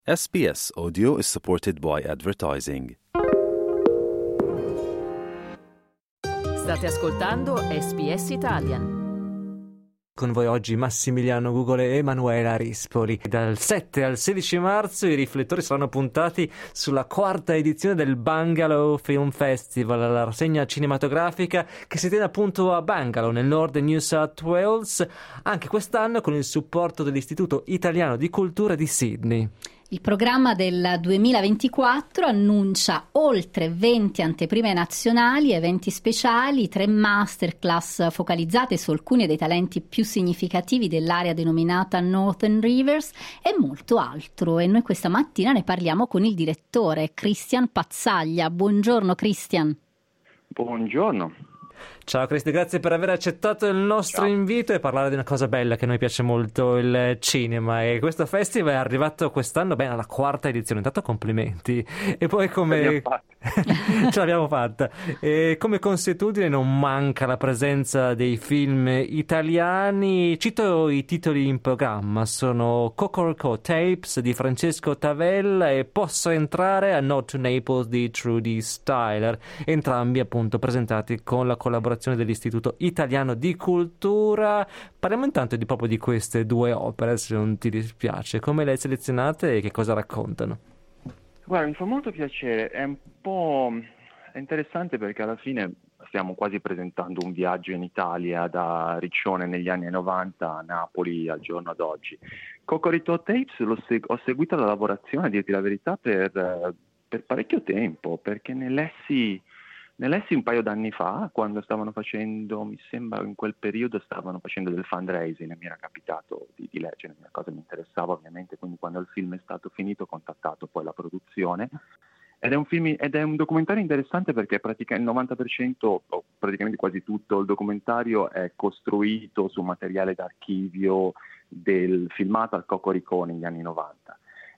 SBS Audio is supported by advertising. State ascoltando SBS Italian. Con voi oggi Massimiliano Gugole e Emanuela Rispoli. Dal 7 al 16 marzo i riflettori saranno puntati sulla quarta edizione del Bangalow Film Festival, la rassegna cinematografica che si tiene appunto a Bangalow, nel nord New South Wales, anche quest'anno con il supporto dell'Istituto Italiano di Cultura di Sydney. Il programma del 2024 annuncia oltre 20 anteprime nazionali, eventi speciali, 3 masterclass focalizzate su alcuni dei talenti più significativi dell'area denominata Northern Rivers e molto altro. E noi questa mattina ne parliamo con il direttore Christian Pazzaglia. Buongiorno Christian. Buongiorno. Ciao Cristi, grazie per aver accettato il nostro invito e parlare di una cosa bella che a noi piace molto, il cinema, e questo festival è arrivato quest'anno alla quarta edizione. Intanto complimenti. E poi come ce l'abbiamo fatta. E come consuetudine non manca la presenza dei film italiani. Cito i titoli in programma: sono Cocorico Tapes di Francesco Tavella e Posso entrare a Nod to Naples di Trudy Styler, entrambi appunto presentati con la collaborazione dell'Istituto Italiano di Cultura. Parliamo intanto proprio di queste due opere, se non ti dispiace. Come le hai selezionate e che cosa raccontano? Guarda, mi fa molto piacere, è un po' interessante perché alla fine stiamo quasi presentando un viaggio in Italia da Riccione negli anni 90 a Napoli al giorno d'oggi. Cocorico Tapes ho seguito la lavorazione, a dirti la verità, per parecchio tempo, perché ne lessi un paio d'anni fa, quando stavano facendo, mi sembra in quel periodo stavano facendo del fundraising e mi era capitato di leggere, una cosa mi interessava ovviamente, quindi quando il film è stato finito ho contattato poi la produzione. Ed è un documentario interessante perché praticamente il 90% o praticamente quasi tutto il documentario è costruito su materiale d'archivio del filmato al Cocorico negli anni 90.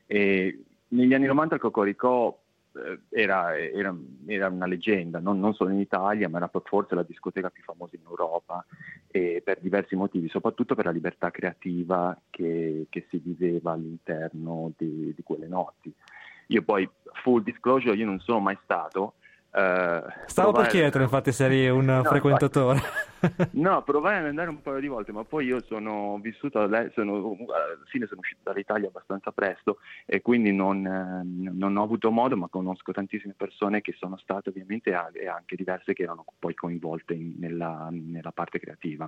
E negli anni 90 il Cocorico era una leggenda, non solo in Italia, ma era forse la discoteca più famosa in Europa, e per diversi motivi, soprattutto per la libertà creativa che si viveva all'interno di quelle notti. Io poi, full disclosure, io non sono mai stato. Stavo per chiedere, infatti, se eri un frequentatore. No, provai ad andare un paio di volte, ma poi io sono vissuto alla fine sono uscito dall'Italia abbastanza presto e quindi non ho avuto modo, ma conosco tantissime persone che sono state ovviamente e anche diverse che erano poi coinvolte nella parte creativa.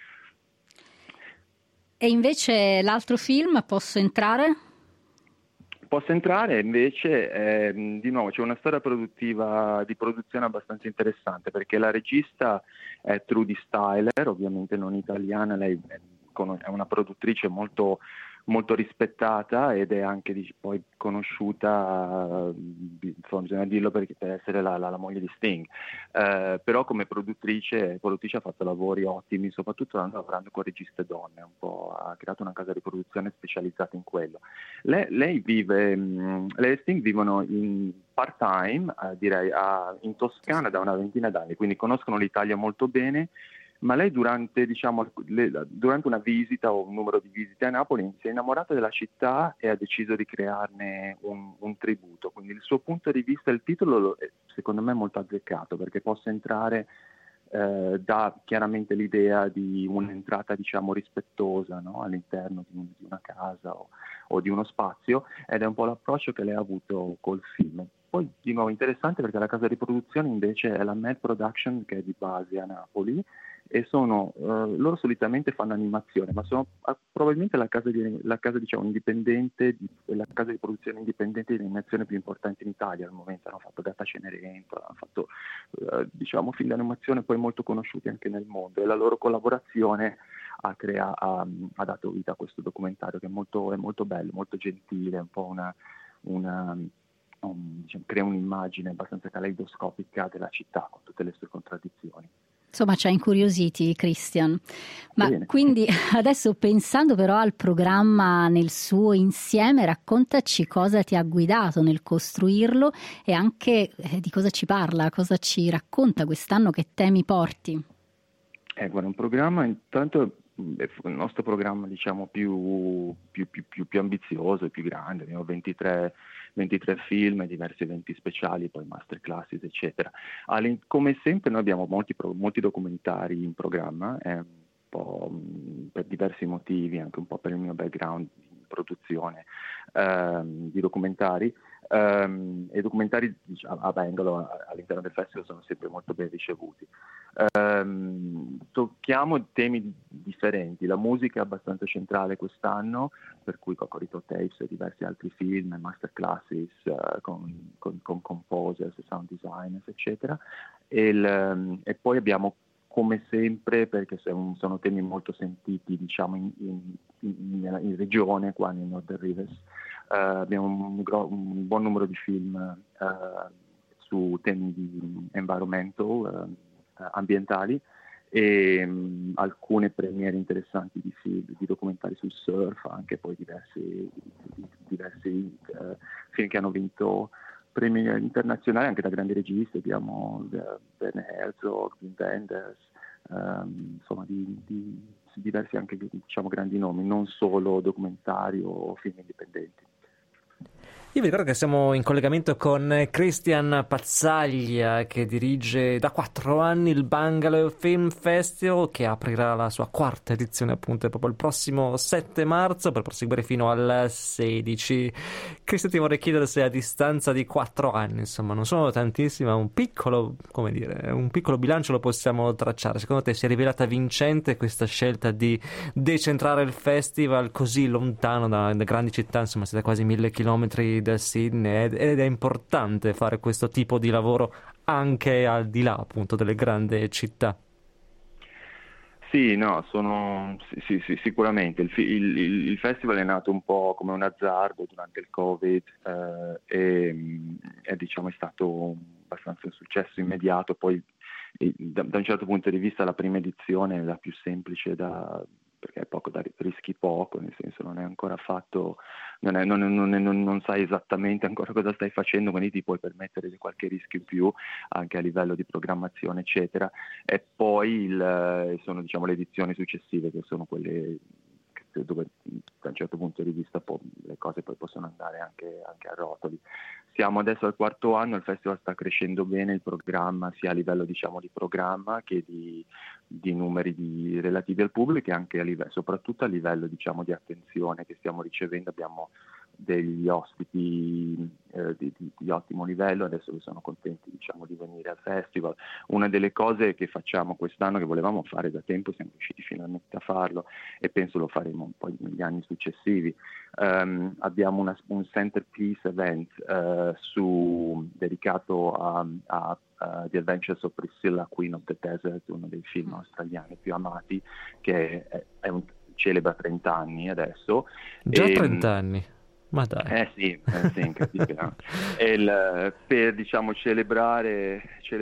E invece l'altro film, Posso entrare? Posso entrare invece, di nuovo c'è una storia di produzione abbastanza interessante, perché la regista è Trudy Styler, ovviamente non italiana, lei è una produttrice molto, molto rispettata ed è anche poi conosciuta, bisogna dirlo, per essere la moglie di Sting, però come produttrice ha fatto lavori ottimi, soprattutto lavorando con registe donne, ha creato una casa di produzione specializzata in quello. Lei e Sting vivono in part-time, direi, in Toscana da una ventina d'anni, quindi conoscono l'Italia molto bene. Ma lei durante una visita o un numero di visite a Napoli si è innamorata della città e ha deciso di crearne un tributo. Quindi il suo punto di vista, il titolo secondo me è molto azzeccato, perché Posso entrare dà chiaramente l'idea di un'entrata rispettosa, no? All'interno di una casa o di uno spazio, ed è un po' l'approccio che lei ha avuto col film. Poi di nuovo interessante perché la casa di produzione invece è la Mad Production, che è di base a Napoli, e loro solitamente fanno animazione, ma sono probabilmente la casa indipendente, la casa di produzione indipendente di animazione più importante in Italia al momento. Hanno fatto Gatta Cenerentola, hanno fatto film di animazione poi molto conosciuti anche nel mondo, e la loro collaborazione ha dato vita a questo documentario che è molto bello, molto gentile, un po' crea un'immagine abbastanza caleidoscopica della città con tutte le sue contraddizioni. Insomma, ci ha incuriositi, Christian. Ma Bene. Quindi adesso, pensando però al programma nel suo insieme, raccontaci cosa ti ha guidato nel costruirlo e anche di cosa ci parla, cosa ci racconta quest'anno, che temi porti. Guarda, un programma intanto il nostro programma diciamo più ambizioso e più grande. Abbiamo 23 film, diversi eventi speciali, poi masterclasses eccetera. Come sempre noi abbiamo molti documentari in programma, un po' per diversi motivi, anche un po' per il mio background in produzione di documentari. E i documentari a Bangalore all'interno del festival sono sempre molto ben ricevuti. Tocchiamo temi differenti, la musica è abbastanza centrale quest'anno, per cui Cocorico Tapes e diversi altri film, masterclasses con composers, sound designers eccetera, e poi abbiamo come sempre, perché sono temi molto sentiti diciamo in regione, qua nei Northern Rivers, abbiamo un buon numero di film su temi di environmental, ambientali, e alcune premiere interessanti di film, di documentari sul surf, anche poi diversi film che hanno vinto premi internazionali anche da grandi registi. Abbiamo Werner Herzog, Wim Wenders, insomma di diversi anche diciamo grandi nomi, non solo documentari o film indipendenti. Io vi ricordo che siamo in collegamento con Christian Pazzaglia, che dirige da 4 anni il Bangalore Film Festival, che aprirà la sua 4ª edizione appunto proprio il prossimo 7 marzo per proseguire fino al 16. Christian, ti vorrei chiedere se a distanza di 4 anni, insomma non sono tantissimi, ma un piccolo bilancio lo possiamo tracciare. Secondo te si è rivelata vincente questa scelta di decentrare il festival così lontano da grandi città? Insomma siete quasi 1000 chilometri da Sydney ed è importante fare questo tipo di lavoro anche al di là appunto delle grandi città. Sì, no, sì, sicuramente. Il festival è nato un po' come un azzardo durante il Covid e diciamo è stato abbastanza un successo immediato. Poi da un certo punto di vista la prima edizione è la più semplice perché è poco rischi poco, nel senso non è ancora fatto, non sai esattamente ancora cosa stai facendo, quindi ti puoi permettere qualche rischio in più anche a livello di programmazione eccetera. E poi sono diciamo le edizioni successive che sono quelle dove da un certo punto di vista le cose poi possono andare anche a rotoli. Siamo adesso al 4º anno, il festival sta crescendo bene, il programma sia a livello diciamo di programma che di numeri relativi al pubblico, e anche soprattutto a livello diciamo di attenzione che stiamo ricevendo. Abbiamo degli ospiti di ottimo livello adesso che sono contenti diciamo di venire al festival. Una delle cose che facciamo quest'anno, che volevamo fare da tempo, siamo riusciti finalmente a farlo e penso lo faremo un po' negli anni successivi. Abbiamo un centerpiece event dedicato a The Adventures of Priscilla, Queen of the Desert, uno dei film australiani più amati, che celebra 30 anni adesso. Già 30 anni? Ma dai. Sì, incredibile. Per diciamo celebrare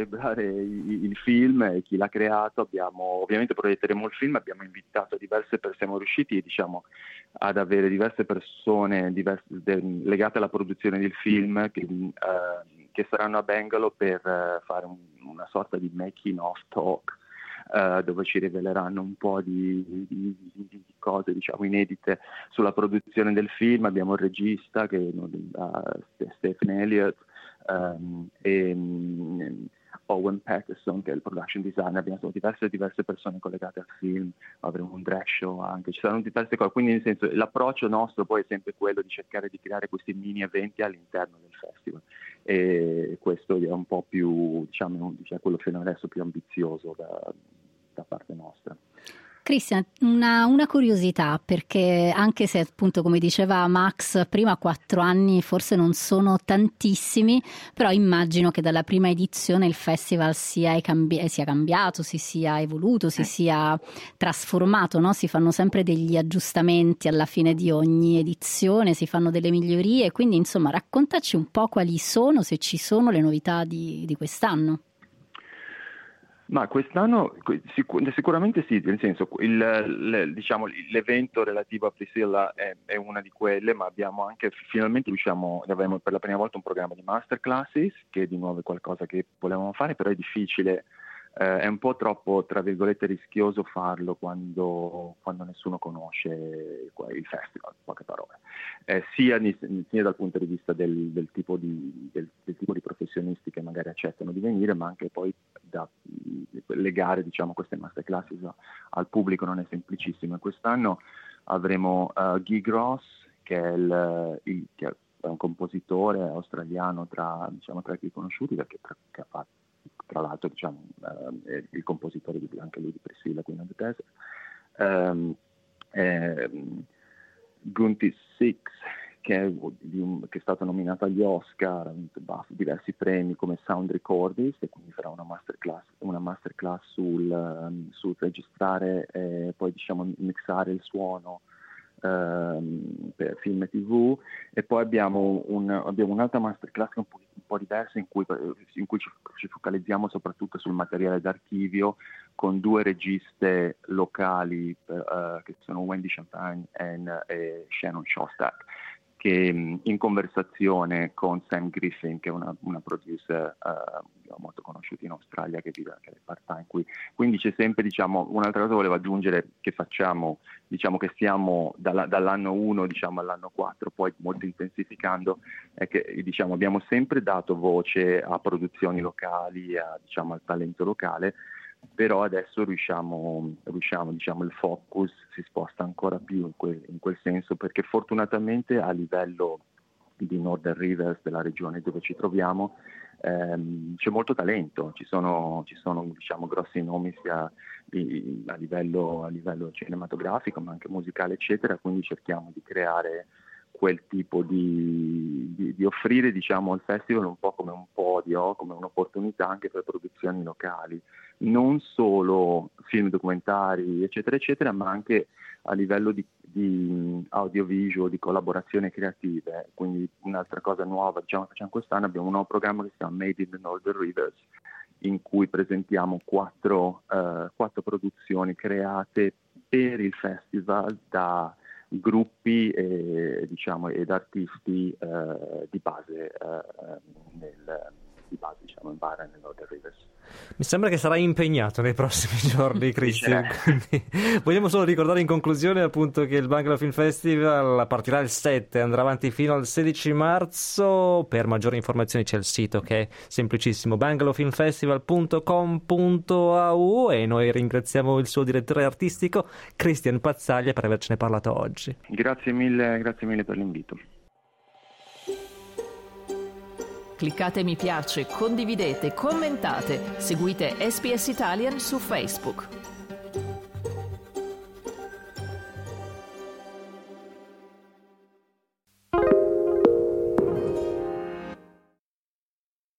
il film e chi l'ha creato, ovviamente proietteremo il film, abbiamo invitato siamo riusciti diciamo ad avere diverse persone legate alla produzione del film che saranno a Bangalore per fare una sorta di making of talk, dove ci riveleranno un po' di cose diciamo inedite sulla produzione del film. Abbiamo il regista che Stephen Elliott e Owen Patterson che è il production designer. Abbiamo diverse persone collegate al film, avremo un drag show anche, ci saranno diverse cose, quindi nel senso l'approccio nostro poi è sempre quello di cercare di creare questi mini eventi all'interno del festival, e questo è un po' più diciamo quello fino adesso più ambizioso da parte nostra. Christian, una curiosità, perché anche se appunto come diceva Max prima 4 anni forse non sono tantissimi, però immagino che dalla prima edizione il festival sia cambiato, si sia evoluto, si sia trasformato, no? Si fanno sempre degli aggiustamenti alla fine di ogni edizione, si fanno delle migliorie, quindi insomma raccontaci un po' quali sono, se ci sono, le novità di quest'anno. Ma quest'anno sicuramente sì, nel senso diciamo l'evento relativo a Priscilla è una di quelle, ma abbiamo anche finalmente abbiamo per la prima volta un programma di masterclasses, che di nuovo è qualcosa che volevamo fare, però è difficile È un po' troppo, tra virgolette, rischioso farlo quando nessuno conosce il festival, in poche parole, sia dal punto di vista del tipo di professionisti che magari accettano di venire, ma anche poi da legare, diciamo, queste masterclasses al pubblico non è semplicissimo. E quest'anno avremo Guy Gross, che è un compositore australiano tra i più conosciuti, perché che ha fatto, tra l'altro, diciamo, è il compositore anche lui di Priscilla, Queen of the Desert. Gunty Six, che è stato nominato agli Oscar, ha vinto diversi premi come sound recordist, e quindi farà una masterclass sul registrare e poi, diciamo, mixare il suono per film e TV. E poi abbiamo un'altra masterclass un po' diversa, in cui ci focalizziamo soprattutto sul materiale d'archivio, con 2 registe locali che sono Wendy Champagne e Shannon Shostak, che in conversazione con Sam Griffin, che è una producer molto conosciuta in Australia, che vive anche part-time qui. Quindi c'è sempre, diciamo, un'altra cosa volevo aggiungere, che facciamo, diciamo, che stiamo dall'anno 1, diciamo, all'anno 4, poi molto intensificando, è che, diciamo, abbiamo sempre dato voce a produzioni locali, diciamo, al talento locale, però adesso riusciamo, diciamo, il focus si sposta ancora più in quel senso, perché fortunatamente a livello di Northern Rivers, della regione dove ci troviamo, c'è molto talento, ci sono diciamo, grossi nomi sia a livello cinematografico ma anche musicale, eccetera, quindi cerchiamo di creare quel tipo di offrire, diciamo, al festival un po' come un podio, come un'opportunità anche per produzioni locali, non solo film documentari, eccetera, eccetera, ma anche a livello di audiovisual, di collaborazione creative. Quindi un'altra cosa nuova, diciamo, che facciamo quest'anno, abbiamo un nuovo programma che si chiama Made in the Northern Rivers, in cui presentiamo 4 produzioni create per il festival da gruppi ed artisti di base diciamo, in Bahrain e Northern Rivers. Mi sembra che sarai impegnato nei prossimi giorni, Christian. Quindi vogliamo solo ricordare in conclusione, appunto, che il Bungalow Film Festival partirà il 7, andrà avanti fino al 16 marzo. Per maggiori informazioni c'è il sito, che è semplicissimo, bungalowfilmfestival.com.au, e noi ringraziamo il suo direttore artistico Christian Pazzaglia per avercene parlato oggi. Grazie mille per l'invito. Cliccate mi piace, condividete, commentate, seguite SPS Italian su Facebook.